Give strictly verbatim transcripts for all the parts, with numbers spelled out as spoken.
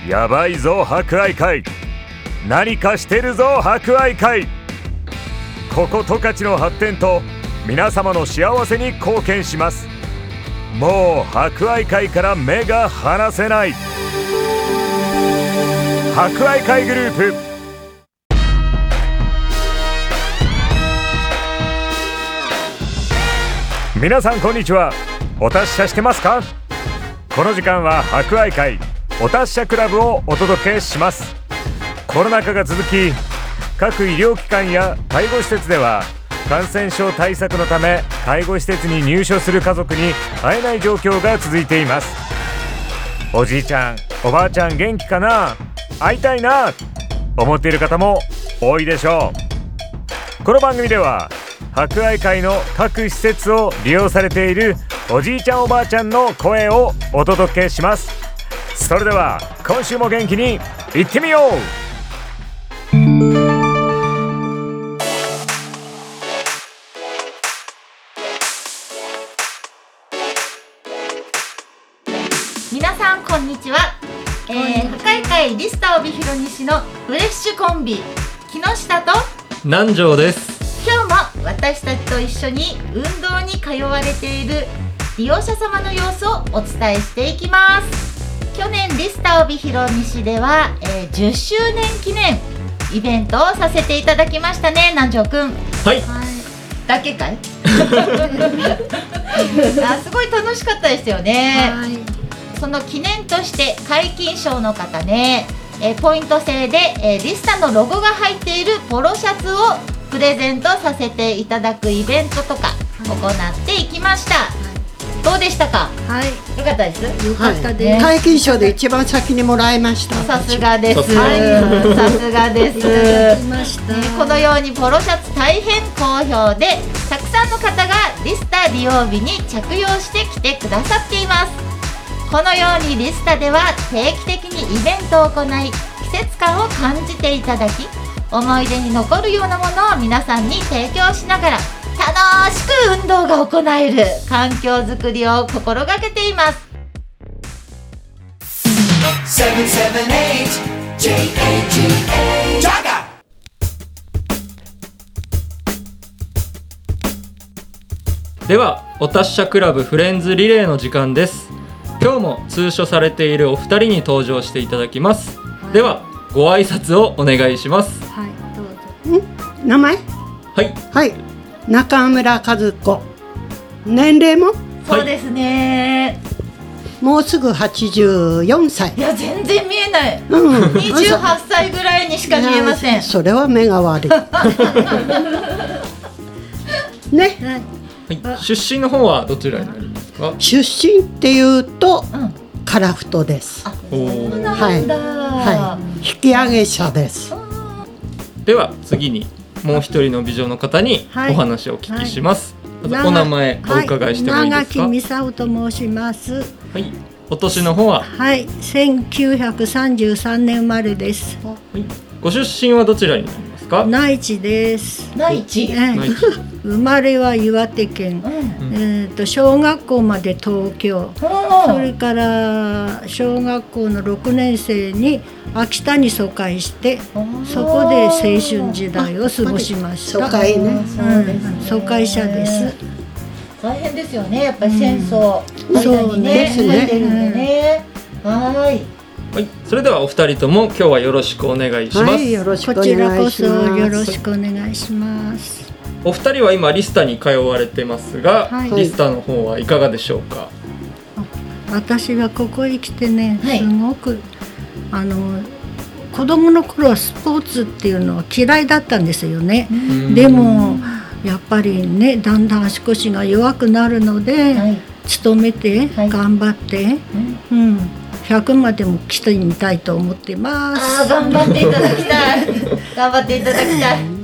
やばいぞ博愛会、何かしてるぞ博愛会。ここ十勝の発展と皆様の幸せに貢献します。もう博愛会から目が離せない。博愛会グループ。皆さんこんにちは。お達者してますか？この時間は博愛会お達者クラブをお届けします。コロナ禍が続き、各医療機関や介護施設では感染症対策のため介護施設に入所する家族に会えない状況が続いています。おじいちゃんおばあちゃん元気かな、会いたいな思っている方も多いでしょう。この番組では博愛会の各施設を利用されているおじいちゃんおばあちゃんの声をお届けします。それでは今週も元気にいってみよう。 皆さんこんにちは。えー、博愛会リスタ帯広西のフレッシュコンビ木下と南條です。 今日も私たちと一緒に運動に通われている利用者様の様子をお伝えしていきます。去年リスタ帯広西では、えー、じゅっしゅうねん記念イベントをさせていただきましたね。南條くん。 はい、 はい、だけかいあ、すごい楽しかったですよね。はい、その記念として皆勤賞の方ね、えー、ポイント制で、えー、リスタのロゴが入っているポロシャツをプレゼントさせていただくイベントとか行っていきました。はい、どうでしたか？ はい、 よかったです。 よかったです。皆勤賞で一番先にもらいました。 さすがです。さすがです。いただきました。ね、このようにポロシャツ大変好評で、たくさんの方がリスタ利用日に着用してきてくださっています。このようにリスタでは定期的にイベントを行い、季節感を感じていただき、思い出に残るようなものを皆さんに提供しながら楽しく運動が行える環境づくりを心がけています。 セブンセブンエイト ジェイエージェー ジャガではお達者クラブフレンズリレーの時間です。今日も通所されているお二人に登場していただきます。はい、ではご挨拶をお願いします。 はい、どうぞ。ん名前？ はいはい、中村和子。年齢も？ そうですね、 もうすぐはちじゅうよんさい。 いや全然見えない、 うん、 にじゅうはっさいぐらいにしか見えません。 それは目が悪いね、 はい、出身の方はどちらになりますか？ 出身っていうと、うん、樺太です。 あ、そうなんだ。はい、 はい、引き上げ者です。 では次にもう一人の美女の方にお話をお聞きします。はいはい、お名前お伺いしてもいいですか？ 長木美沙と申します。 はい、お年の方は？はい、 せんきゅうひゃくさんじゅうさんねん生まれです。 はい、ご出身はどちらになりますか？ 内地です。 内地、 ええ、生まれは岩手県、うん、えー、と小学校まで東京、うん、それから小学校のろくねん生に秋田に疎開して、そこで青春時代を過ごしました。疎開ね、うん、疎開者です。 大変ですよね、やっぱり戦争間にね、入ってるんでね。はい、 はい、それではお二人とも今日はよろしくお願いします。はい、 よろしくお願いします。こちらこそよろしくお願いします。 お二人は今リスタに通われてますが、はい、リスタの方はいかがでしょうか？ 私はここへ来てね、すごく、はい、あの子供の頃はスポーツっていうのは嫌いだったんですよね。でもやっぱりね、だんだん足腰が弱くなるので、はい、努めて頑張って、はい、うん、ひゃくまでも来てみたいと思ってます。 あ、頑張っていただきたい頑張っていただきたい。うん、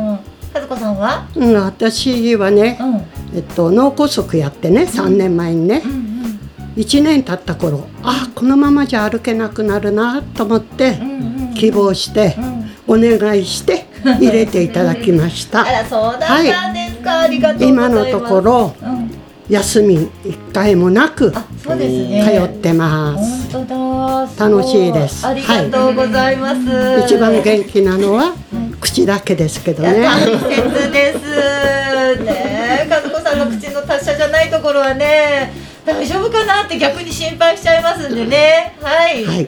和子さんは？ うん、私はね、うん、えっと、脳梗塞やってね、さんねんまえにね、うんうん、いちねん経った頃、あ、このままじゃ歩けなくなるなと思って、うんうん、希望して、うん、お願いして入れていただきました。 あら、そうだったんですか、はい、ありがとうございます。 今のところ、うん、 休みいっかいもなくあ、そうですね。 通ってます本当だ。すごい楽しいですありがとうございます。 一番元気なのは口だけですけどね大切ですね。和子さんの口の達者じゃないところはね、大丈夫かなって逆に心配しちゃいますんでね。はい。 はい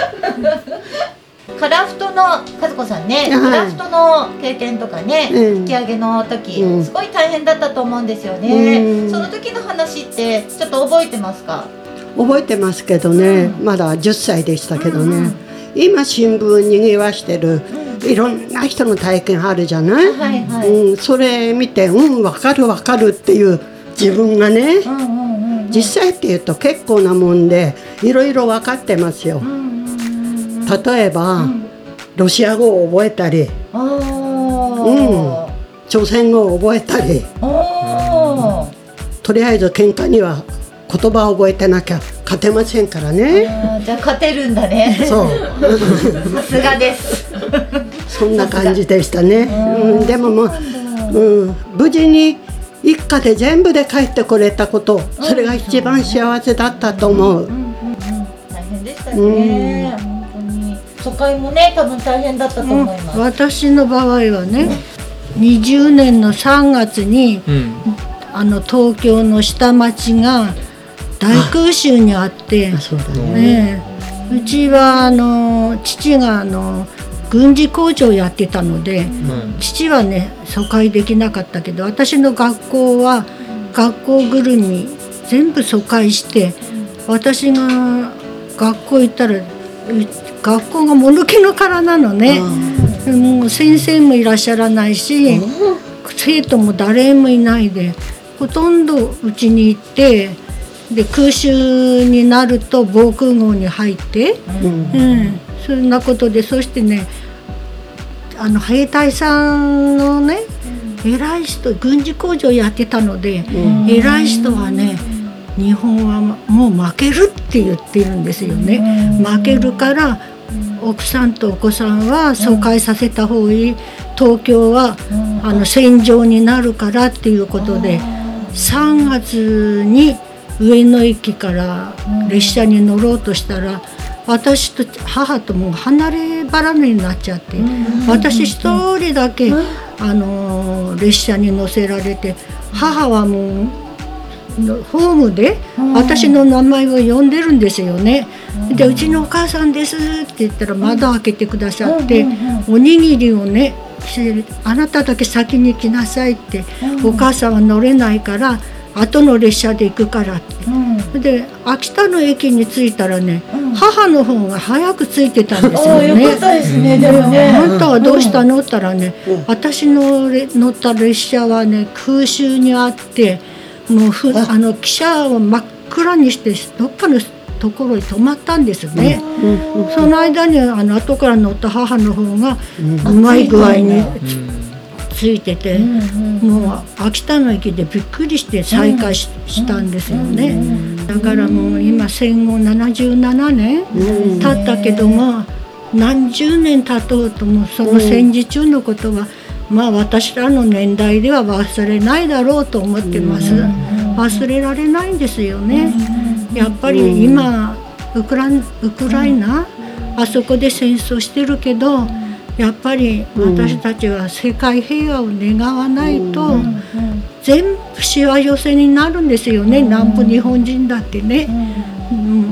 カラフトの和子さんね、 はいカラフトの経験とかね、 うん引き上げの時、 うんすごい大変だったと思うんですよね。 うんその時の話ってちょっと覚えてますか？ 覚えてますけどね、まだじゅっさいでしたけどね、今新聞にぎわしてるいろんな人の体験あるじゃない、 はいはい。 うん、それ見てうん分かる分かるっていう自分がね、 うんうんうんうん。 実際っていうと結構なもんでいろいろ分かってますよ。 うんうんうんうん。 例えば、ロシア語を覚えたり、 あー朝鮮語を覚えたり、 おー。 とりあえず喧嘩には言葉を覚えてなきゃ勝てませんからね。 あーじゃあ勝てるんだね。 そうさすがです。 そんな感じでしたね。うん、でももう、うん、無事に一家で全部で帰ってこれたこと、それが一番幸せだったと思う。 大変でしたね。本当に。疎開もね、多分大変だったと思います。 私の場合はねにじゅうねんのさんがつにうんあの東京の下町が大空襲にあってあ、そうだね。 ねえうちはあの父があの軍事工場をやってたので、 うん父はね疎開できなかったけど私の学校は学校ぐるみ全部疎開して私が学校行ったらう学校がもぬけの殻なのね。もう先生もいらっしゃらないし生徒も誰もいないでほとんどうちに行ってで空襲になると防空壕に入って、 うんうん、そんなことでそしてねあの兵隊さんのね偉い人軍事工場やってたので、偉い人はね日本はもう負けるって言ってるんですよね。負けるから奥さんとお子さんは疎開させた方がいい、東京はあの戦場になるからっていうことでさんがつに上野駅から列車に乗ろうとしたら私と母ともう離れ離れになっちゃって私一人だけあの列車に乗せられて母はもうホームで私の名前を呼んでるんですよね。でうちのお母さんですって言ったら窓開けてくださっておにぎりをねあなただけ先に来なさいってお母さんは乗れないから後の列車で行くからって、で秋田の駅に着いたらね、母の方が早く着いてたんですよね。 よかったですね。でもね。 あんたはどうしたのって言ったらね、私のれ乗った列車はね空襲にあってもうふあの汽車を真っ暗にしてどっかのところに止まったんですね。その間にあの後から乗った母の方がうまい具合についてて、もう秋田の駅でびっくりして再開 し,、したんですよね。だからもう今戦後ななじゅうななねん経ったけども何十年経とうともその戦時中のことは、まあ私らの年代では忘れないだろうと思ってます。忘れられないんですよね。やっぱり今ウクライウクライナあそこで戦争してるけどやっぱり私たちは世界平和を願わないと全部しわ寄せになるんですよね。南部日本人だってね、うん、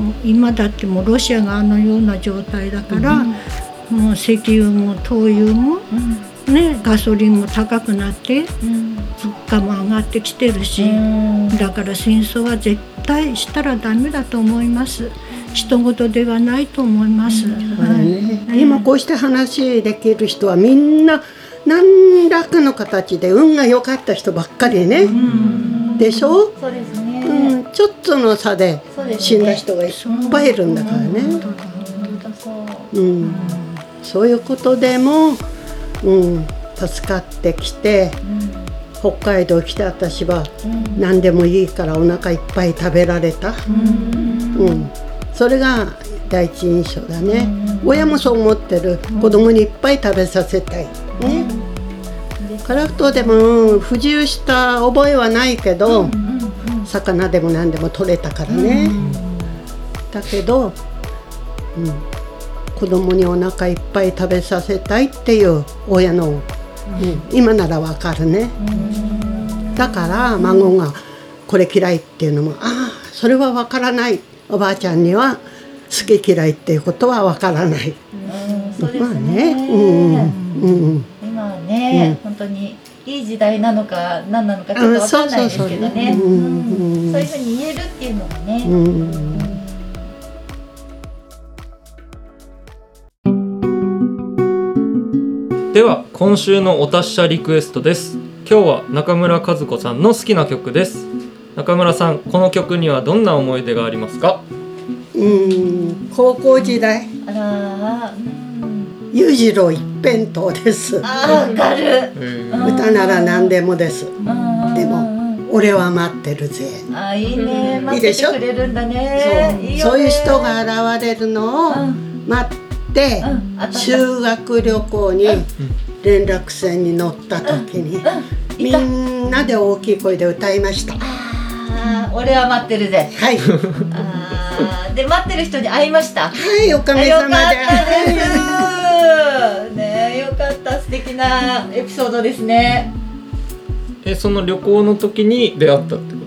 今だってもうロシアがあのような状態だから、もう石油も灯油も、ね、ガソリンも高くなって物価も上がってきてるし、だから戦争は絶対したらダメだと思います。人事ではないと思います、 ね、今こうして話できる人はみんな何らかの形で運が良かった人ばっかりね、でしょ、 そうですね、 うん、ちょっとの差で死んだ人がいっぱいいるんだからね、うん、そういうことでも、うん、助かってきて、北海道来て私は何でもいいからお腹いっぱい食べられた、うんうん、それが第一印象だね。親もそう思ってる。子供にいっぱい食べさせたい、ね、カラフトでも不自由した覚えはないけど、 魚でも何でも取れたからね、だけど、うん、子供にお腹いっぱい食べさせたいっていう親の、うん、今ならわかるね。だから孫がこれ嫌いっていうのも、ああそれはわからない、おばあちゃんには好き嫌いっていうことはわからない。 うんそうですね、 まあね、うんうん、 今はね、うん、本当にいい時代なのか何なのかちょっとわかんないですけどね、そういうふうに言えるっていうのがね、うんうん、では今週のお達者リクエストです。今日は中村和子さんの好きな曲です。中村さん、この曲にはどんな思い出がありますか？ うーん、高校時代、 あら、うん、 裕次郎一辺倒です。 あ、わかる。 歌なら何でもです。でも俺は待ってるぜ。 あ、いいね、待っててくれるんだね。 そう、いいよね。そういう人が現れるのを待って、うん、修学旅行に連絡船に乗った時に、うんうん、みんなで大きい声で歌いました。 あ、俺は待ってるぜ。 はい。 あ、で待ってる人に会いました。 はい、おかげさまで。よかったです。ね、よかった、素敵なエピソードですね。 え、その旅行の時に出会ったってこと？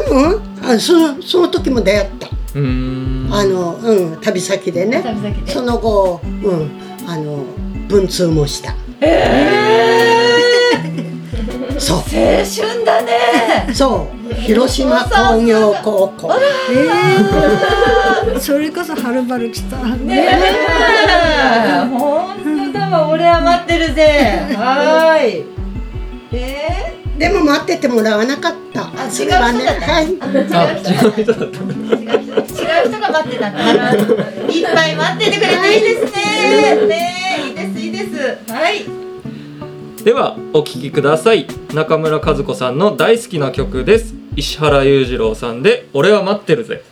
うん、あ、そのその時も出会った。 うーん。 あの、うん、旅先でね。 旅先で。その後、うん、あの文通もした。 えー、そう。青春だね。 そう。広島工業高校。 えー、それこそはるばる来た。 ねえ、本当だわ、俺は待ってるぜ。はい。えー、でも待っててもらわなかった。 あ、違う人だった。はい。違う人だった。違う人が待ってたんだ。いっぱい待っててくれていいですね。ねえ、いいですいいです。はい。 ではお聴きください。中村和子さんの大好きな曲です。石原裕次郎さんで俺は待ってるぜ。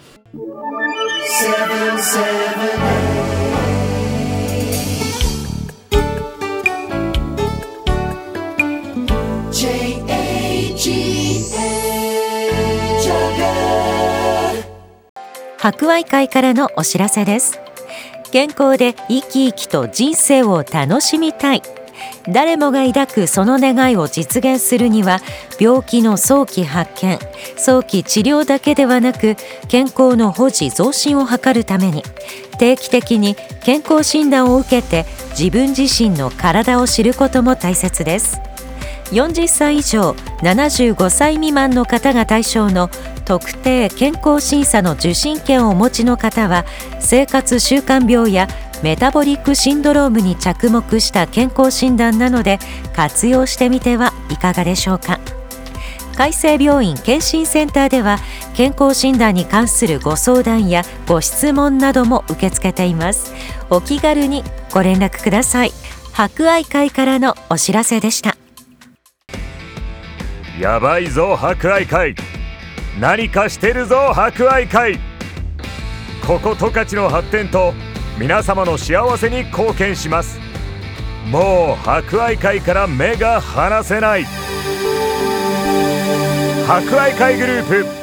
博愛会からのお知らせです。健康で生き生きと人生を楽しみたい、誰もが抱くその願いを実現するには、病気の早期発見、早期治療だけではなく、健康の保持増進を図るために定期的に健康診断を受けて自分自身の体を知ることも大切です。よんじゅっさい以上ななじゅうごさい未満の方が対象の特定健康審査の受診券をお持ちの方は、生活習慣病やメタボリックシンドロームに着目した健康診断なので活用してみてはいかがでしょうか。海生病院健診センターでは健康診断に関するご相談やご質問なども受け付けています。お気軽にご連絡ください。博愛会からのお知らせでした。 やばいぞ博愛会、何かしてるぞ博愛会。ここ十勝の発展と皆様の幸せに貢献します。もう博愛会から目が離せない。博愛会グループ